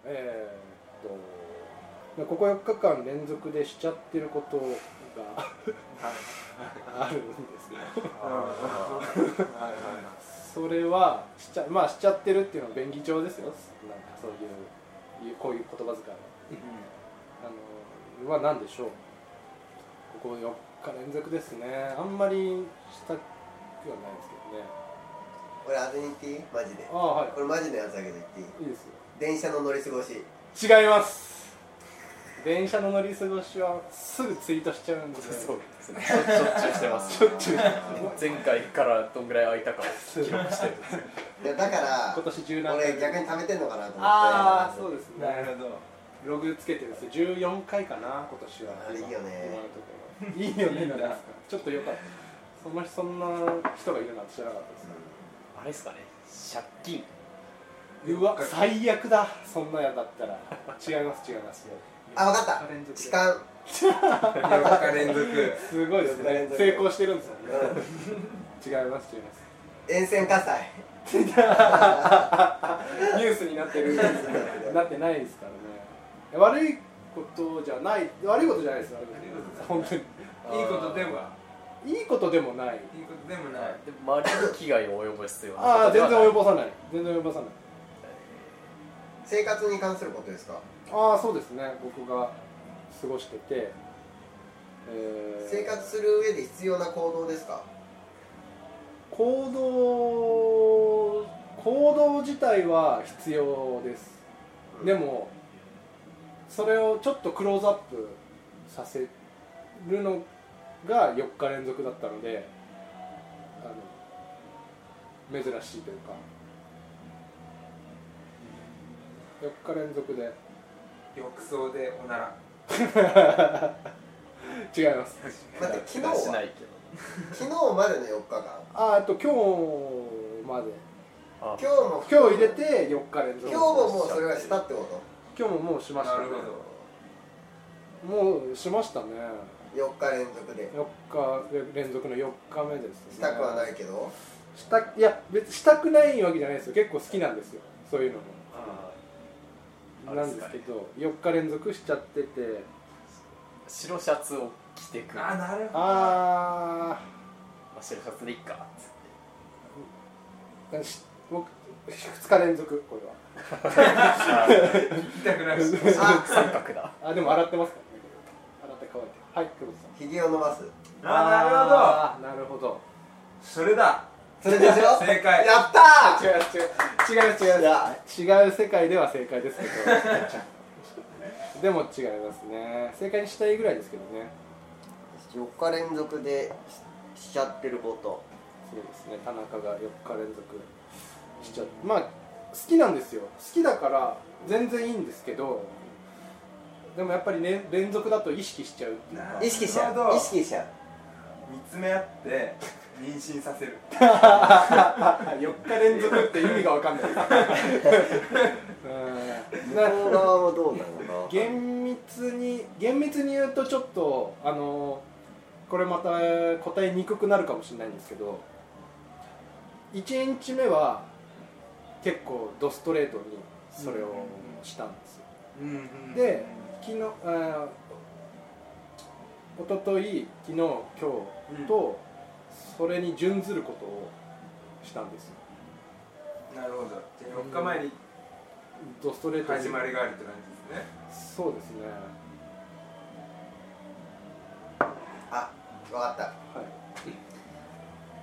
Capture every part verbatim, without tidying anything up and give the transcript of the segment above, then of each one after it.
えー、っとここよっかかん連続でしちゃってることがあるんですよそれはしちゃ、まあ、しちゃってるっていうのは便宜上ですよ。なんかそういうこういう言葉遣いは、うん、あのは何でしょう。ここよっか連続ですね。あんまりしたくはないですけどね。 これ当てに言っていい？マジで。 ああ、はい。 これマジのやつだけど言っていい？ いいですよ。 電車の乗り過ごし。 違います。電車の乗り過ごしはすぐツイートしちゃうんで。 そうですね。しょっちゅうしてます。しょっちゅう。前回からどんぐらい空いたかを記録してるんですよ。 いやだから今年じゅう何回俺逆に食べてんのかなと思って。 ああ、そうですね。 なるほど。 ログつけてるんですよ。じゅうよんかいかな今年は。 あれいいよね。 今のところ。いいよねなんですか。ちょっと良かった。そのそんな人がいるなんて知らなかったです。 あれですかね。借金。 うわ、最悪だ。そんなやだったら。違います違います。 あ、分かった。痴漢。 よっか連続。 すごいですね。成功してるんですよね。違います違います。 沿線火災。 ニュースになってるなってないですからね。悪いことじゃない、悪いことじゃないですよ。本当に。 いいことでは。 いいことでもない。 いいことでもない。 でも周りに危害を及ぼすような。 ああ、全然及ぼさない。全然及ぼさない。 生活に関することですか？ ああ、そうですね。僕が過ごしてて、 えー、生活する上で必要な行動ですか？ 行動行動自体は必要です、うん、でもそれをちょっとクローズアップさせるのがよっか連続だったので、あの珍しいというか、よっか連続で浴槽でおなら違います。 待って、昨日はしないけど昨日までのよっかかん。 ああと今日まで。 今日も今日入れてよっか連続。 今日ももうそれはしたってこと？ 今日ももうしましたね。 なるほど。もうしましたね。 よっか連続で。 よっか連続のよっかめですね。 したくはないけど。 したいや別にしたくないわけじゃないですよ。結構好きなんですよ。そういうのも。あなんですけど、よっか連続しちゃってて。 白シャツを着てくる。 あ、なるほど。 ああ、白シャツでいっかっつって。僕ふつか連続これは。 聞きたくなる。 あ、三角だ。 あ、でも洗ってますからね。洗って乾いて。はい、久保田さん。 ひげを伸ばす。 あ、 なるほど。なるほど。 それだ。 それでしょ。 正解。 やったー。 違う違う違う違う違う違う世界では正解ですけど。でも違いますね。正解にしたいぐらいですけどね。 よっか連続で し, しちゃってること。 そうですね。田中がよっか連続しちゃって、まあ好きなんですよ。好きだから全然いいんですけど、でもやっぱりね連続だと意識しちゃうっていうか。 意識しちゃう。意識しちゃう。 見つめ合って妊娠させる。 よっか連続って意味が分かんないです。 向こう側もどうなのか。 厳密に厳密に言うとちょっとあのこれまた答えにくくなるかもしれないんですけど、いちにちめは結構ドストレートにそれをしたんですよ。 うんうん、 で昨日あ一昨日昨日今日と、それに準ずることをしたんですよ。 なるほど。じゃあよっかまえにドストレートに始まりがあるって感じですね。 そうですね。 あ、分かった。 はい。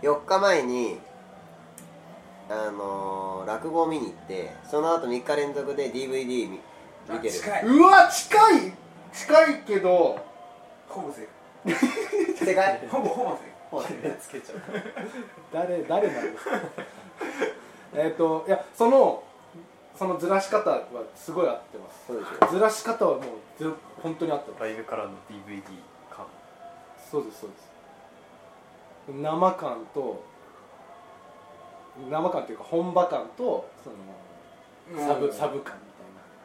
よっかまえにあのー、落語を見に行って、その後みっか連続で ディーブイディー 見, 見てる。 近い。 うわ近い近いけどほぼ正解。 正解。 ほぼほぼ正解。 ほぼつけちゃう。 誰誰なんですか。えっといやそのそのずらし方はすごい合ってます。 そうでしょ。 ずらし方はもうず本当に合ってます。 ライブからの ディーブイディー 感。 そうですそうです。生感と生感というか本場感とそのサブ、うん、サブ感みた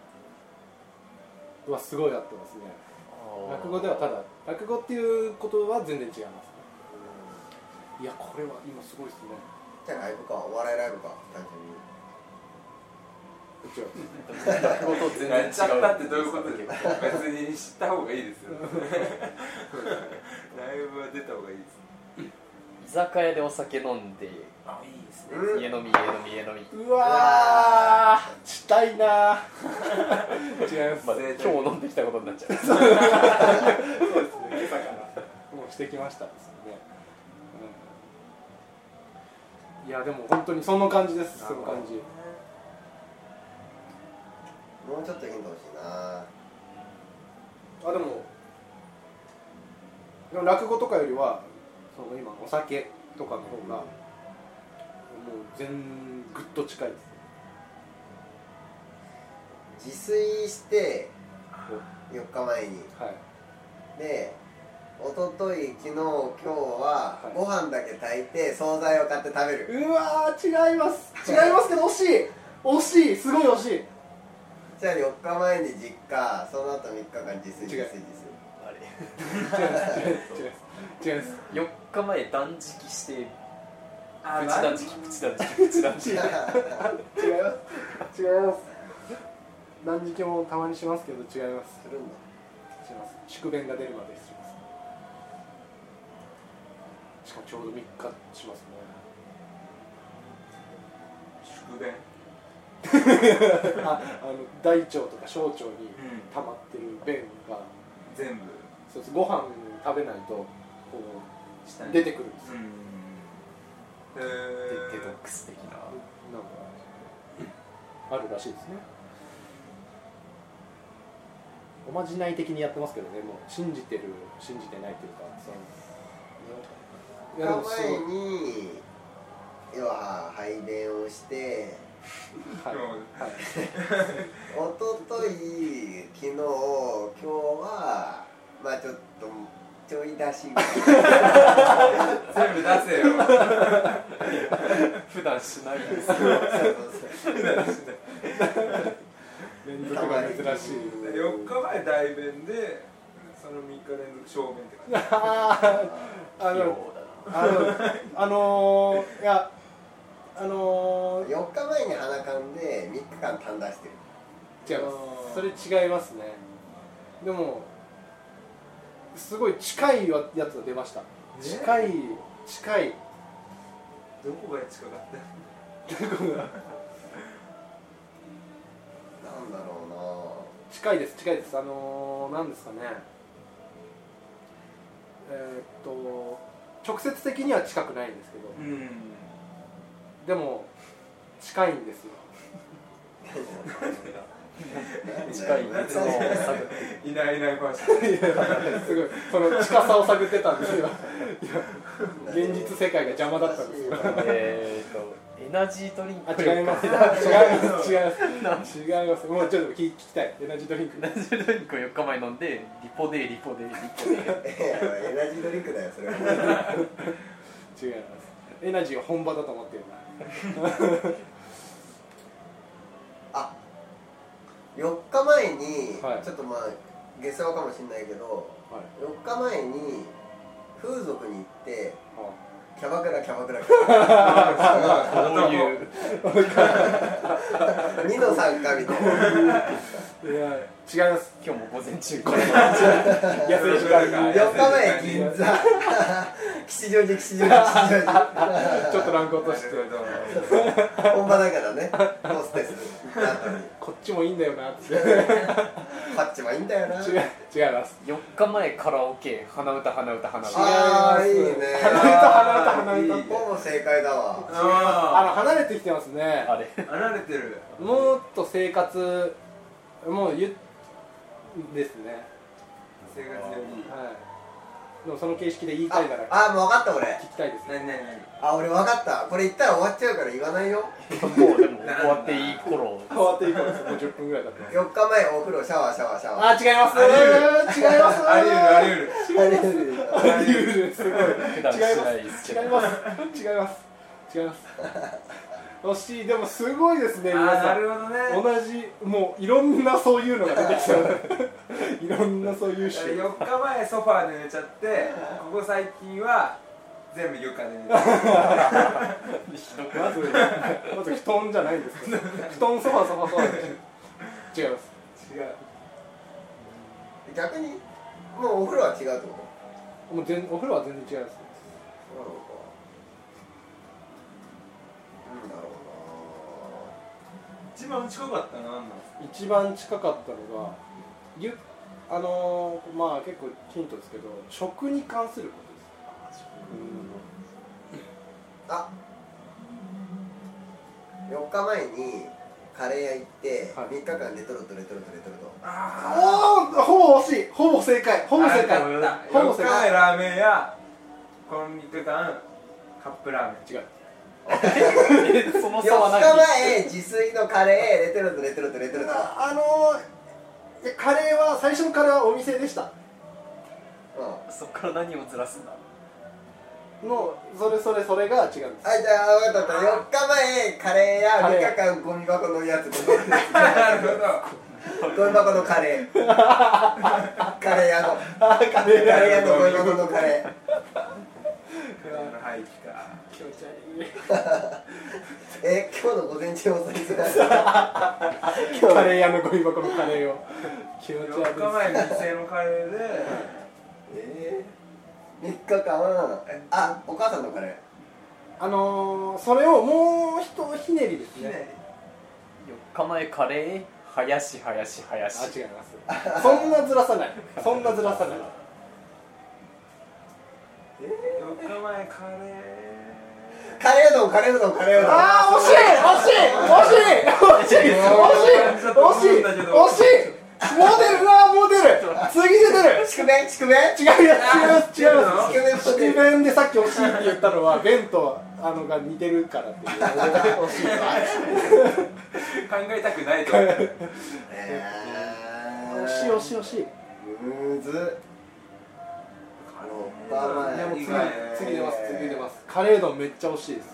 いなはすごい合ってますね。落語ではただ落語っていうことは全然違いますね。いやこれは今すごいですね。 じゃあライブか、お笑いライブか、単純に。 ちろん落語と全然違う。 やっちゃったってどういうことですか。別に知った方がいいですよライブは出た方がいいです。 居酒屋でお酒飲んで、 あ、いいですね。 うん家飲み家飲み家飲み。 うわーしたいな違います、 まあ、今日飲んできたことになっちゃう。 そうですね、今朝からもうしてきましたですよね、うん、いやでも本当にその感じです。その感じ。 もうちょっとヒント欲しいな。 あでもでも落語とかよりはその今お酒とかの方がもう全ぐっと近いです。 自炊してよっかまえに、 はい、 で一昨日昨日今日ははいご飯だけ炊いて惣菜を買って食べる。 うわー違います違いますけど惜しい惜しいすごい惜しい。 じゃあよっかまえに実家、その後みっかかん自炊自違う炊自炊。 あれ違います違いますよっかまえ断食してあ、 プチ断食プチ断食プチ断食違います違います断食もたまにしますけど違いますするんだ。 します宿便が出るまでします。しかもちょうどみっかしますね。 宿便ああの大腸とか小腸に溜まってる便が全部そうです。ご飯食べないとこ下にう出てくるんですよ。 うんへデーデトックス的な。 なんかあるらしいですね。おまじない的にやってますけどね。もう信じてる信じてないというかそのいやでよっかまえもすごいに要は排便をしてはいはい一昨日昨日今日はまあちょっとちょい出しぐらい全部出せよ普段しないです。 そうそうそう連続が珍しい。 よっかまえ大便でそのみっか連続小便って感じ。 あーあ器用のだな。 あのあのー、いやあのー、 よっかまえに鼻かんでみっかかん痰出してる。 違いますそれ違いますね。でもすごい近いやつが出ました。近い近いどこが近かったどこがなんだろ近いです近いです。あのー、なんですかねえー、っと直接的には近くないんですけど、 うんでも近いんですよ。 近い熱を探っていないいない話すごいその近さを探ってたんですよ。いや現実世界が邪魔だったんですよ。 えーとエナジードリンク。 あ違います違います違います違いますもうちょっと聞ききたい。エナジードリンクエナジードリンクをよっかまえ飲んでリポデーリポデーリポデー。 うなエナジードリンクだよそれは。 違いますエナジーは本場だと思ってるな。 あよっかまえに、 はいちょっとまあ下世話かもしれないけどはいよっかまえに風俗に行ってあキャバクラキャバクラキャバクラどういうにのさんかみたいないや違います。 今日も午前中安い時間によっかまえ銀座吉祥寺吉祥寺吉祥寺ちょっとランク落として本場だからねホステス行った後にこっちもいいんだよなって違こっちもいいんだよなう違います。 よっかまえカラオケ鼻歌鼻歌鼻歌。 あーいいね鼻歌鼻歌鼻歌ってほぼ正解だわあのあ離れてきてますね。 あれあ離れてるもっと生活もうゆですね。 生活よりはいでもその形式で言いたいならああもう分かった俺聞きたいですね。 何何あ俺分かったこれ言ったら終わっちゃうから言わないよもうでも終わっていい頃。 変わっていこうです。もうじゅっぷんぐらい経ってます。 よっかまえお風呂シャワーシャワーシャワーあ違いますあり違いますあり得るあり得るあれあり得るすごい普段しないですけど。 違います違います違います惜しい。でもすごいですねあーな皆さん。 るほどね同じもういろんなそういうのが出てきたいろんなそういう種よっかまえソファーで寝ちゃってここ最近は全部床で寝てまずまず布団じゃないんですけど布団ソファソファソファ違います違う逆にもうお風呂は違うってこもう全お風呂は全然違いますと？なるほど。なんだろ一番近かったのは何なんですか？ 一番近かったのがゆあのー、まあ結構ヒントですけど食に関することです。 あ、よっかまえにカレー屋行って、はい、みっかかんレトルトレトルトレトルト。 あおお、ほぼ惜しい、ほぼ正解、ほぼ正解、ほぼ正解。 ラーメン屋、このみっかかんカップラーメン。違う。 その差は何？ よっかまえ自炊のカレーレトルトレトルトレトルト。 あのー、いやカレーは最初のカレーはお店でした。うん。 そっから何をずらすんだ？ のそれそれそれが違うんです。 あ、じゃあ分かった。よっかまえカレーやみっかかんゴミ箱のやつとゴミ箱のカレーカレー屋のカレー屋のゴミ箱のカレーはい来た。 気持ち悪い。 え、今日の午前中遅いですね。 カレー屋のゴミ箱のカレーを気持ち悪い。 よっかまえ店のカレーでえー、みっかかん、あ、お母さんのカレー。 あのー、それをもう一ひねりですね。 よっかまえカレー林林林。 あ、違います。そんなずらさない。そんなずらさない。 えよっかまえカレーカレーうどんカレーうどんカレーうどん。 あー、惜しい惜しい惜しい惜しい惜しい惜しい惜しい。モデルなモデル。次出てる。 宿便宿便。 違います違います違います。 宿便宿便でさっき惜しいって言ったのは弁とあのが似てるからっていう。惜しい。 考えたくないと。 惜しい惜しい惜しい。 むずっ。 でも次次出ます次出ます。カレー丼めっちゃ惜しいです。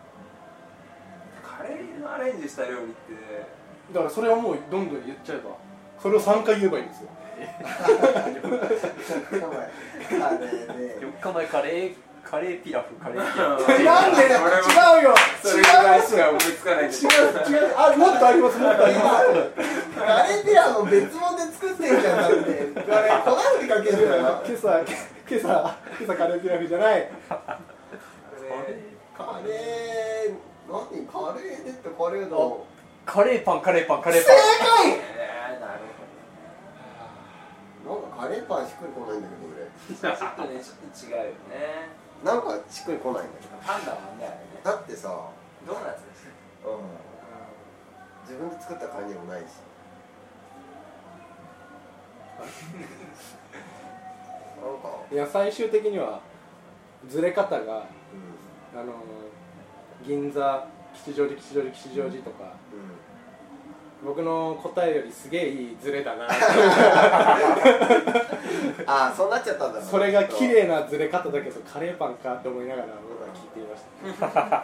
カレーのアレンジした料理ってだからそれはもうどんどん言っちゃえばそれをさんかい言えばいいんですよ。 よっかまえカレーカレーピラフカレーピラフ。 なんでだよ。違うよ。 それぐらいしか思いつかない。 違う違う。あ、もっとありますもっとあります。 カレーピラフを別物で作ってるじゃんだって。これ粉ふりかけるから。 今朝今朝今朝カレーピラフじゃない。 カレー何カレーでってカレーのカレーパンカレーパンカレーパ正ン。 解。 えー、なるほど。 なんかカレーパンしっくりこないんだけど俺。 ちょっとね、ちょっと違うよね。 なんかしっくりこないんだけど。 パンだもんね、あれね。 だってさ、 ドーナツです。 うん、自分で作った感じもないし。なんかいや最終的にはずれ方が、うん、あの銀座吉祥寺吉祥寺吉祥寺とか、うん、僕の答えよりすげえいいズレだな。 ああ、そうなっちゃったんだろう。 それが綺麗なズレ方だけどカレーパンかって思いながら僕は聞いていました。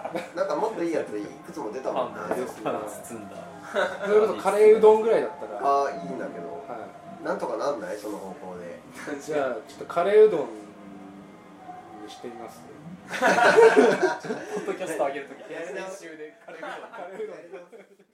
なんかもっといいやついくつも出たもんね。 パン包んだ。 それこそカレーうどんぐらいだったらああ、いいんだけど、 はい、 なんとかなんないその方向で。 じゃあちょっとカレーうどんにしてみます。 ポッドキャスト上げるとき。 やり直しでカレーうどん。